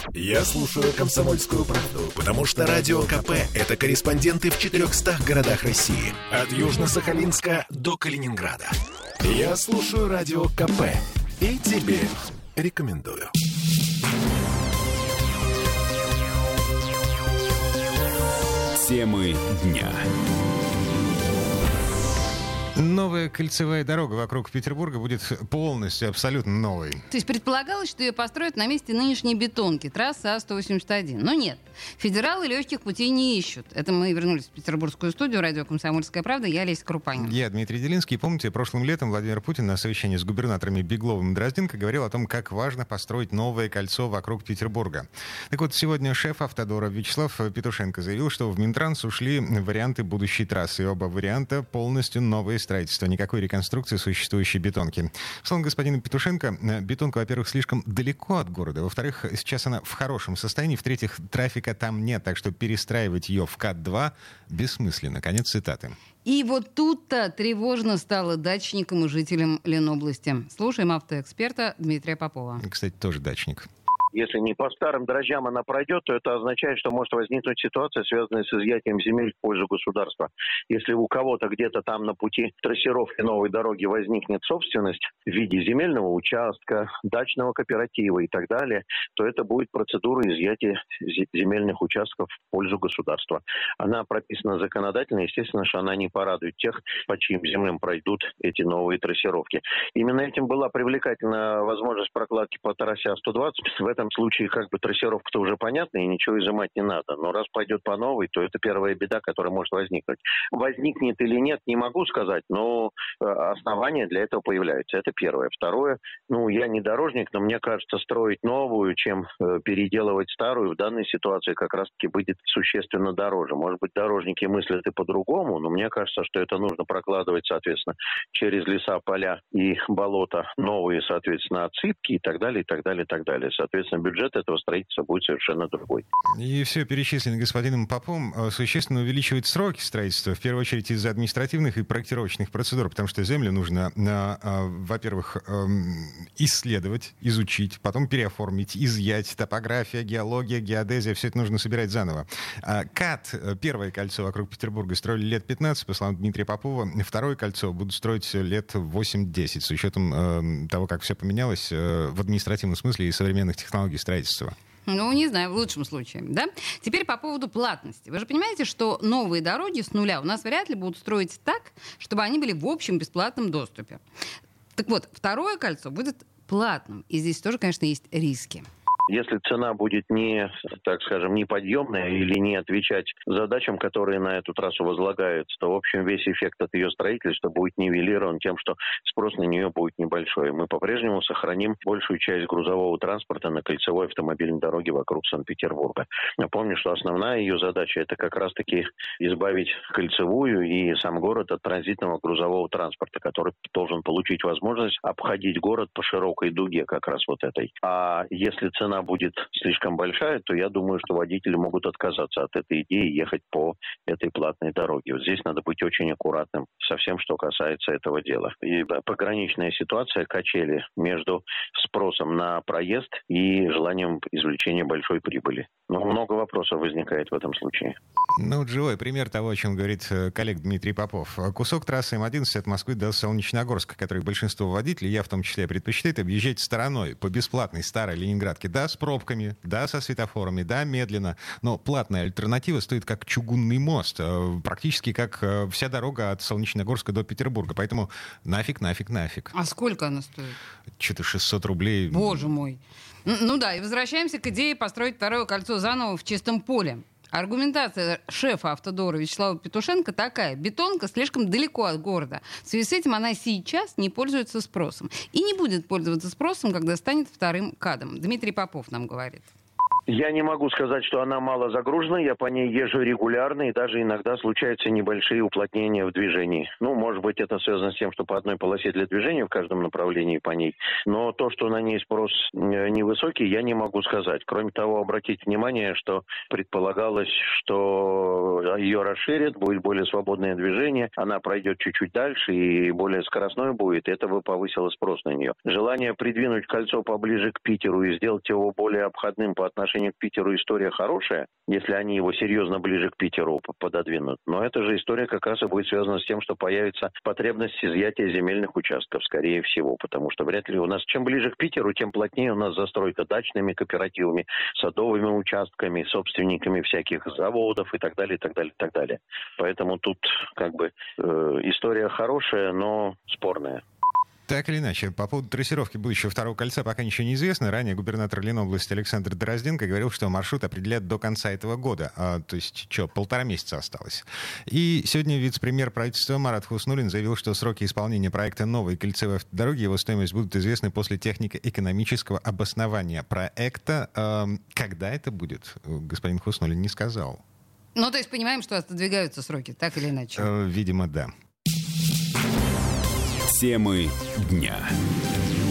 Я слушаю «Комсомольскую правду», потому что Радио КП – это корреспонденты в 400 городах России. От Южно-Сахалинска до Калининграда. Я слушаю Радио КП и тебе рекомендую. Темы дня. Новая кольцевая дорога вокруг Петербурга будет полностью, абсолютно новой. То есть предполагалось, что ее построят на месте нынешней бетонки, трассы А-181. Но нет, федералы легких путей не ищут. Это мы вернулись в петербургскую студию радио «Комсомольская правда». Я Олеся Крупанина. Я Дмитрий Делинский. Помните, прошлым летом Владимир Путин на совещании с губернаторами Бегловым и Дрозденко говорил о том, как важно построить новое кольцо вокруг Петербурга. Так вот, сегодня шеф «Автодора» Вячеслав Петушенко заявил, что в Минтранс ушли варианты будущей трассы. И оба варианта полностью новые строительства, никакой реконструкции существующей бетонки. В словам господина Петушенко, бетонка, во-первых, слишком далеко от города, во-вторых, сейчас она в хорошем состоянии, в-третьих, трафика там нет, так что перестраивать ее в КАТ-2 бессмысленно. Конец цитаты. И вот тут-то тревожно стало дачникам и жителям Ленобласти. Слушаем автоэксперта Дмитрия Попова. Кстати, тоже дачник. Если не по старым дрожжам она пройдет, то это означает, что может возникнуть ситуация, связанная с изъятием земель в пользу государства. Если у кого-то где-то там на пути трассировки новой дороги возникнет собственность в виде земельного участка, дачного кооператива и так далее, то это будет процедура изъятия земельных участков в пользу государства. Она прописана законодательно, естественно, что она не порадует тех, по чьим землям пройдут эти новые трассировки. Именно этим была привлекательна возможность прокладки по трассе А-120. В этом случае как бы трассировка-то уже понятна, и ничего изымать не надо. Но раз пойдет по новой, то это первая беда, которая может возникнуть. Возникнет или нет, не могу сказать, но основания для этого появляются. Это первое. Второе, я не дорожник, но мне кажется, строить новую, чем переделывать старую, в данной ситуации как раз-таки будет существенно дороже. Может быть, дорожники мыслят и по-другому, но мне кажется, что это нужно прокладывать, соответственно, через леса, поля и болота, новые, соответственно, отсыпки и так далее, и так далее, и так далее. Соответственно, бюджет этого строительства будет совершенно другой. И все перечисленное господином Попом существенно увеличивает сроки строительства, в первую очередь из-за административных и проектировочных процедур, потому что землю нужно, во-первых, исследовать, изучить, потом переоформить, изъять, топография, геология, геодезия, все это нужно собирать заново. КАТ, первое кольцо вокруг Петербурга, строили лет 15, по словам Дмитрия Попова, второе кольцо будут строить лет 8-10, с учетом того, как все поменялось в административном смысле и современных технологий строительства. Не знаю, в лучшем случае, да? Теперь по поводу платности. Вы же понимаете, что новые дороги с нуля у нас вряд ли будут строить так, чтобы они были в общем бесплатном доступе. Так вот, второе кольцо будет платным. И здесь тоже, конечно, есть риски. Если цена будет не, так скажем, неподъемная или не отвечать задачам, которые на эту трассу возлагаются, то, в общем, весь эффект от ее строительства будет нивелирован тем, что спрос на нее будет небольшой. Мы по-прежнему сохраним большую часть грузового транспорта на кольцевой автомобильной дороге вокруг Санкт-Петербурга. Напомню, что основная ее задача – это как раз-таки избавить кольцевую и сам город от транзитного грузового транспорта, который должен получить возможность обходить город по широкой дуге как раз вот этой. А если цена будет слишком большая, то я думаю, что водители могут отказаться от этой идеи и ехать по этой платной дороге. Вот здесь надо быть очень аккуратным со всем, что касается этого дела. И пограничная ситуация, качели между спросом на проезд и желанием извлечения большой прибыли. Много вопросов возникает в этом случае. Живой пример того, о чем говорит коллега Дмитрий Попов. Кусок трассы М-11 от Москвы до Солнечногорска, который большинство водителей, я в том числе, предпочитает объезжать стороной по бесплатной старой Ленинградке. Да, с пробками, да, со светофорами, да, медленно. Но платная альтернатива стоит как чугунный мост. Практически как вся дорога от Солнечногорска до Петербурга. Поэтому нафиг. А сколько она стоит? Что-то 600 рублей. Боже мой. Да, и возвращаемся к идее построить второе кольцо заново в чистом поле. Аргументация шефа «Автодора» Вячеслава Петушенко такая. Бетонка слишком далеко от города. В связи с этим она сейчас не пользуется спросом. И не будет пользоваться спросом, когда станет вторым КАДом. Дмитрий Попов нам говорит. Я не могу сказать, что она мало загружена. Я по ней езжу регулярно, и даже иногда случаются небольшие уплотнения в движении. Может быть, это связано с тем, что по одной полосе для движения в каждом направлении по ней. Но то, что на ней спрос невысокий, я не могу сказать. Кроме того, обратите внимание, что предполагалось, что ее расширят, будет более свободное движение, она пройдет чуть-чуть дальше и более скоростной будет. Это бы повысило спрос на нее. Желание придвинуть кольцо поближе к Питеру и сделать его более обходным по отношению отношению к Питеру история хорошая, если они его серьезно ближе к Питеру пододвинут. Но эта же история как раз и будет связана с тем, что появится потребность изъятия земельных участков, скорее всего. Потому что вряд ли у нас, чем ближе к Питеру, тем плотнее у нас застройка дачными кооперативами, садовыми участками, собственниками всяких заводов и так далее, и так далее, и так далее. Поэтому тут история хорошая, но спорная. Так или иначе, по поводу трассировки будущего второго кольца пока ничего не известно. Ранее губернатор Ленобласти Александр Дрозденко говорил, что маршрут определят до конца этого года. То есть, 1,5 месяца осталось. И сегодня вице-премьер правительства Марат Хуснуллин заявил, что сроки исполнения проекта новой кольцевой автодороги, его стоимость будут известны после технико-экономического обоснования проекта. Когда это будет, господин Хуснуллин не сказал. Ну, то есть понимаем, что отодвигаются сроки, так или иначе? Видимо, да. Темы дня.